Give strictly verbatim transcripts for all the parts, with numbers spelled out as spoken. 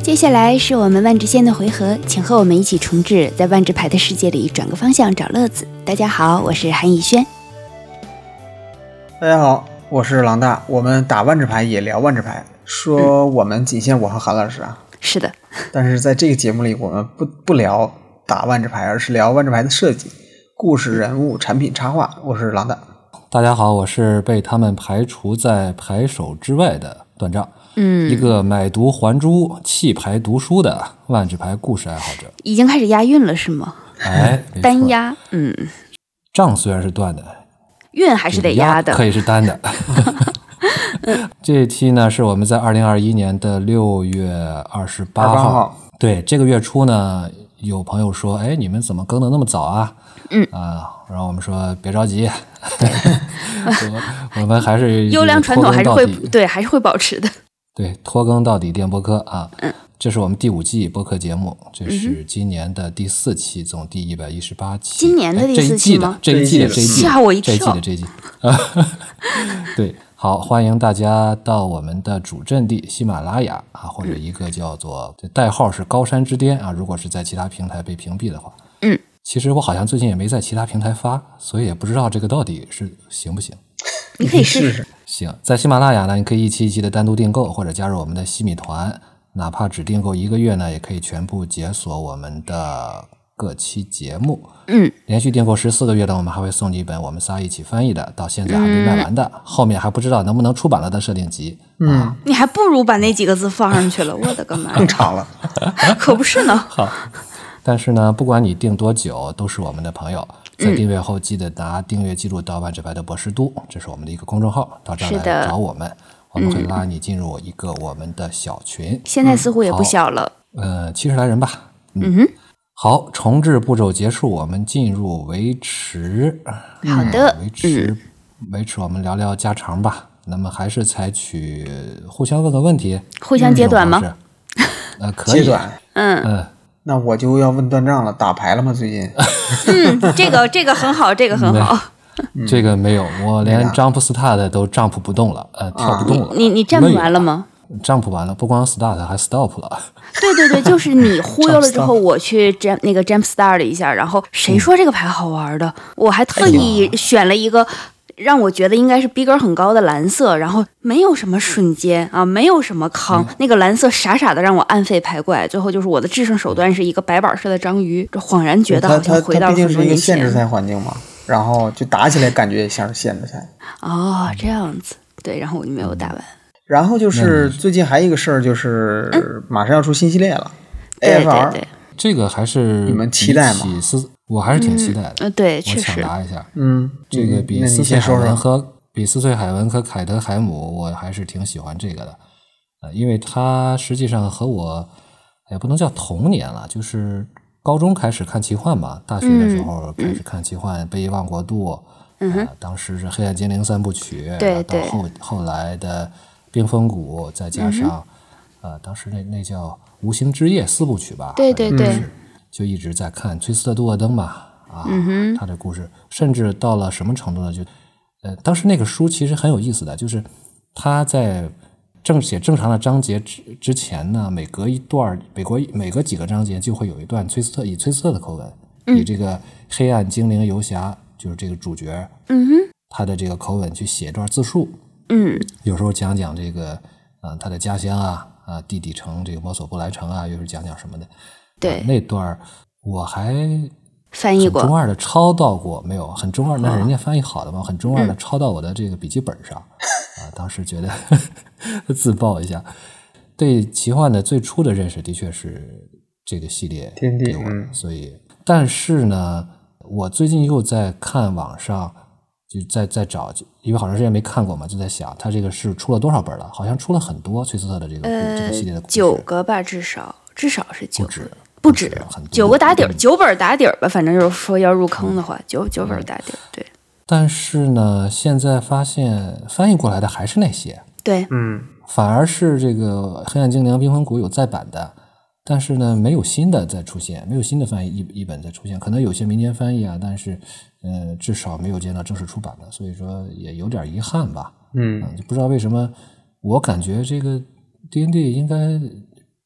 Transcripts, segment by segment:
接下来是我们万智仙的回合，请和我们一起重置，在万智牌的世界里转个方向找乐子。大家好，我是韩以轩。 大家好，我是狼大。我们打万智牌也聊万智牌，说我们仅限我和韩老师啊。 是的， 但是在这个节目里，我们不不聊打万智牌，而是聊万智牌的设计、故事、人物、产品、插画。我是狼大。 大家好，我是被他们排除在牌手之外的段丈。 嗯， 一个买椟还珠、弃牌读书的万智牌故事爱好者。 已经开始押韵了是吗？ 哎， 单押，嗯， 丈虽然是断的， 韵还是得押的， 可以是单的。这一期呢，是我们在二零二一年的六月二十八号。对，这个月初呢，有朋友说，哎，你们怎么更的那么早啊？ 嗯啊，然后我们说别着急，我, 我们还是优良传统还是会对，还是会保持的。 对，拖更到底电播客啊， 嗯， 这是我们第五季播客节目，这是今年的第四期，总第一百一十八期。 今年的第四期吗？ 这一季的，这一季的， 吓我一跳！ 这一季的，这一季。对，好，欢迎大家到我们的主阵地喜马拉雅啊，或者一个叫做这代号是高山之巅啊，如果是在其他平台被屏蔽的话， 嗯， 其实我好像最近也没在其他平台发，所以也不知道这个到底是行不行。 你可以试试。 行，在喜马拉雅呢，你可以一期一期的单独订购，或者加入我们的西米团，哪怕只订购一个月呢，也可以全部解锁我们的各期节目。 嗯， 连续订购十四个月呢，我们还会送你一本我们仨一起翻译的，到现在还没卖完的，嗯、后面还不知道能不能出版了的设定集。 嗯、 啊， 你还不如把那几个字放上去了，我的个妈呀， 更长了。 可不是呢。 好，但是呢，不管你订多久，都是我们的朋友。在订阅后记得拿订阅记录到万智牌的博士都，这是我们的一个公众号，到这儿来找我们，我们会拉你进入一个我们的小群。 现在似乎也不小了， 呃，七十来人吧。 嗯, 嗯哼。 好，重置步骤结束，我们进入维持。 好的， 维持、嗯、维持，我们聊聊家常吧。那么还是采取互相问个问题， 互相揭短吗？ 呃，可以。 揭短。 嗯嗯。 那我就要问段丈了，打牌了吗？最近？ 嗯，这个这个很好，这个很好。 嗯、这个没有，我连 jump start 都 jump 不动了，呃，跳不动了。 你你 jump 完了吗 ？jump 完了，不光 start 还 stop 了。 对对对，就是你忽悠了之后，我去 jump 那个 jump start 了一下，然后谁说这个牌好玩的？我还特意选了一个。让我觉得应该是逼格很高的蓝色，然后没有什么瞬间啊，没有什么康、嗯，那个蓝色傻傻的让我按废排怪，最后就是我的制胜手段是一个白板式的章鱼，这恍然觉得好像回到了很多年前。它它毕竟是一个限制赛环境嘛，然后就打起来感觉像是限制赛。 哦，这样子，对，然后我就没有打完。 然后就是最近还有一个事儿，就是马上要出新系列了、 嗯、，A F R。对对对， 这个还是你们期待吗？ 我还是挺期待的， 嗯，对，确实， 我抢答一下， 嗯， 这个比斯翠海文和比斯翠海文和凯德海姆，我还是挺喜欢这个的，呃，因为他实际上和我也不能叫同年了，就是高中开始看奇幻嘛，大学的时候开始看奇幻，嗯《被遗忘国度》， 嗯哼、呃， 当时是《黑暗精灵三部曲》， 对对， 到后后来的《冰封谷》，再加上、嗯、呃，当时那那叫《无形之夜》四部曲吧， 对对对。 嗯，就一直在看崔斯特·杜厄登嘛，啊、 嗯， 他的故事，甚至到了什么程度呢？就，呃，当时那个书其实很有意思的，就是他在正写正常的章节之之前呢，每隔一段，每隔每隔几个章节就会有一段崔斯特以崔斯特的口吻， 嗯、 以这个黑暗精灵游侠就是这个主角， 嗯哼， 他的这个口吻去写一段自述， 嗯， 有时候讲讲这个，呃，他的家乡啊，啊，地底城这个摩索布莱城啊，又是讲讲什么的。 对、 呃、那段我还翻译过， 很中二的抄到过，没有很中二，那是人家翻译好的嘛，很中二的抄到我的这个笔记本上，啊、嗯呃，当时觉得呵呵自爆一下，对奇幻的最初的认识的确是这个系列给我， 嗯、 所以，但是呢，我最近又在看网上，就在在找，因为好长时间没看过嘛，就在想他这个是出了多少本了？好像出了很多崔斯特的这个、 呃、 这个系列的故事， 九个吧，至少至少是九个。 不止不止九个打底儿，九本打底儿吧，反正就是说要入坑的话，九九本打底儿。对。 但是呢，现在发现翻译过来的还是那些。 对， 嗯， 反而是这个《黑暗精灵：冰封谷》有再版的，但是呢，没有新的再出现，没有新的翻译译译本再出现。可能有些民间翻译啊，但是呃，至少没有见到正式出版的，所以说也有点遗憾吧。 嗯， 就不知道为什么，我感觉这个 D and D 应该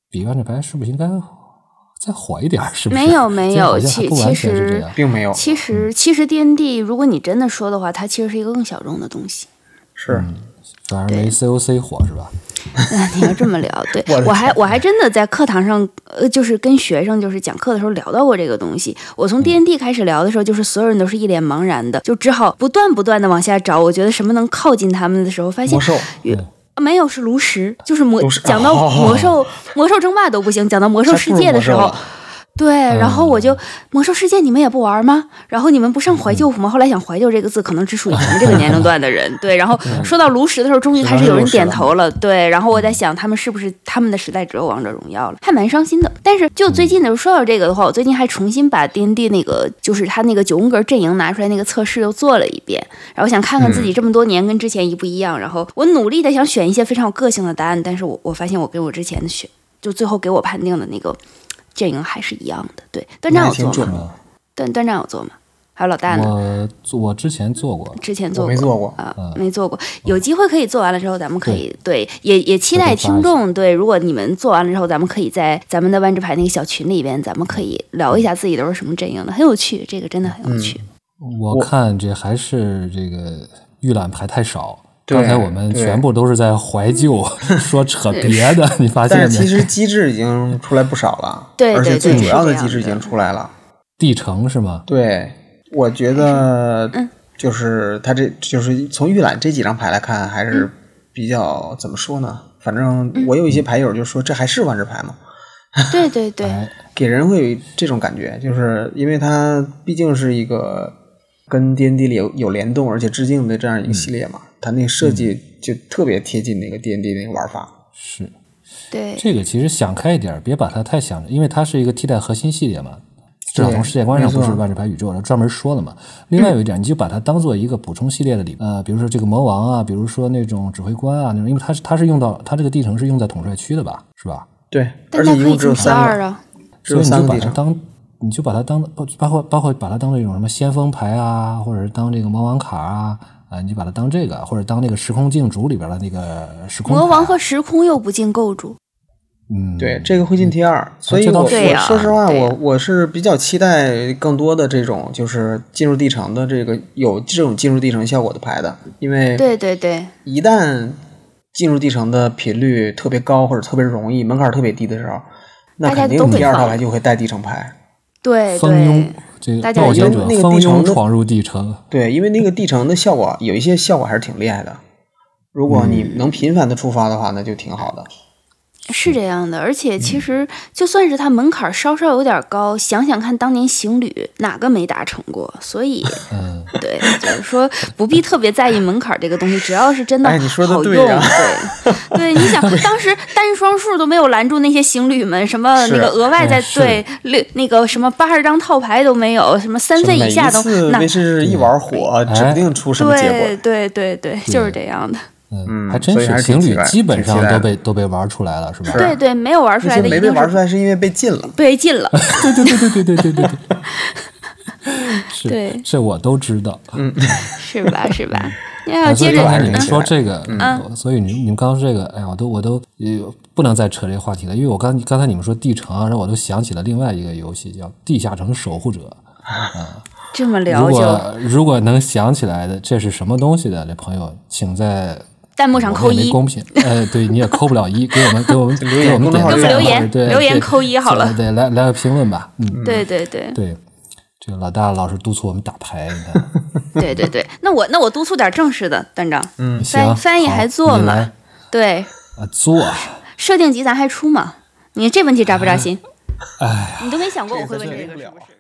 比万智牌是不是应该再火一点？是不是？ 没有没有，其其实并没有。 其实其实 D N D 如果你真的说的话，它其实是一个更小众的东西。 是， 嗯、反而没 C O C 火是吧？ 你要这么聊，对我, 我还我还真的在课堂上，呃，就是跟学生就是讲课的时候聊到过这个东西。我从 D N D 开始聊的时候，就是所有人都是一脸茫然的，就只好不断不断的往下找。我觉得什么能靠近他们的时候，发现魔兽。 没有，是炉石，就是魔炉石讲到魔兽、哦、魔兽争霸都不行，讲到魔兽世界的时候，对，然后我就、嗯、魔兽世界你们也不玩吗？然后你们不上怀旧服吗？后来想怀旧这个字可能只属于咱们这个年龄段的人，对。然后说到炉石的时候，终于开始有人点头了，对。然后我在想，他们是不是他们的时代只有王者荣耀了？还蛮伤心的。但是就最近的时候说到这个的话，我最近还重新把 D N D 那个就是他那个九宫格阵营拿出来那个测试又做了一遍，然后想看看自己这么多年跟之前一不一样。然后我努力的想选一些非常有个性的答案，但是我我发现我跟我之前的选，就最后给我判定的那个阵营还是一样的。对，段章有做吗？段段章有做吗？还有老大呢？我我之前做过， 之前做过， 没做过啊，没做过。有机会可以做完了之后，咱们可以对, 对，也也期待听众对。如果你们做完了之后，咱们可以在咱们的万智牌那个小群里边，咱们可以聊一下自己都是什么阵营的，很有趣，这个真的很有趣。 嗯、我看这还是这个预览牌太少。刚才我们全部都是在怀旧说扯别的，你发现没？ 但是其实机制已经出来不少了， 对， 而且最主要的机制已经出来了。 地城是吗？ 对，我觉得就是它这就是从预览这几张牌来看，还是比较、嗯、怎么说呢？反正我有一些牌友就说，这还是万智牌吗？ 对对对， 给人会有这种感觉，就是因为它毕竟是一个跟 D N D 里有有联动而且致敬的这样一个系列嘛。嗯，它那个设计就特别贴近那个 D N D 那个玩法。 是， 对， 这个其实想开一点，别把它太想着，因为它是一个替代核心系列嘛，至少从世界观上不是万智牌宇宙了，专门说了嘛。另外有一点，你就把它当做一个补充系列的里，呃，比如说这个魔王啊，比如说那种指挥官啊，那种，因为它是它是用到它这个地城是用在统帅区的吧，是吧？ 对，而且一共只有三个啊， 所以你就把它当。你就把它当包括包括把它当那种什么先锋牌啊，或者是当这个魔王卡啊，啊，你就把它当这个，或者当那个时空镜主里边的那个时空。 魔王和时空又不进构筑。 嗯， 对，这个会进 T 二，所以我、嗯、我说实话，我我是比较期待更多的这种就是进入地城的这个有这种进入地城效果的牌的，因为对对对， 一旦进入地城的频率特别高或者特别容易，门槛特别低的时候，那肯定第二套牌就会带地城牌。 对， 蜂拥这个冒险者蜂拥闯入地城， 对，因为那个地城的效果有一些效果还是挺厉害的。如果你能频繁的触发的话，那就挺好的。 是这样的，而且其实就算是它门槛稍稍有点高，想想看当年行旅哪个没达成过，所以嗯， 对，就是说不必特别在意门槛这个东西，只要是真的好用， 哎、你说的对呀、对对，你想当时单双数都没有拦住那些行旅们，什么那个额外在对六那个什么八十张套牌都没有，什么三费以下都， 那是一玩火指不定出什么结果， 对对对对，就是这样的。 嗯，还真是行旅基本上都被都被玩出来了，是吧？ 对对，没有玩出来的， 没被玩出来是因为被禁了， 被禁了。 对对对对对对对对对，是， 对， 这我都知道， 嗯， 是吧是吧？要接着刚才你们说这个， 嗯， 所以你你们刚刚说这个，哎呀，我都我都不能再扯这个话题了，因为我刚刚才你们说地城啊，然后我都想起了另外一个游戏叫《地下城守护者》啊。 这么聊就， 如果如果能想起来的这是什么东西的，这朋友请在弹幕上扣一， 没公平，呃，对，你也扣不了一，给我们给我们给我们点赞，留言对留言扣一好了， 对，来来个评论吧，嗯， 对对对对，这个老大老是督促我们打牌，你看， 对对对，那我那我督促点正式的，段长， 嗯， 翻翻译还做吗？对， 啊，做， 设定集咱还出吗？你这问题扎不扎心？ 哎， 你都没想过我会问这个是不是？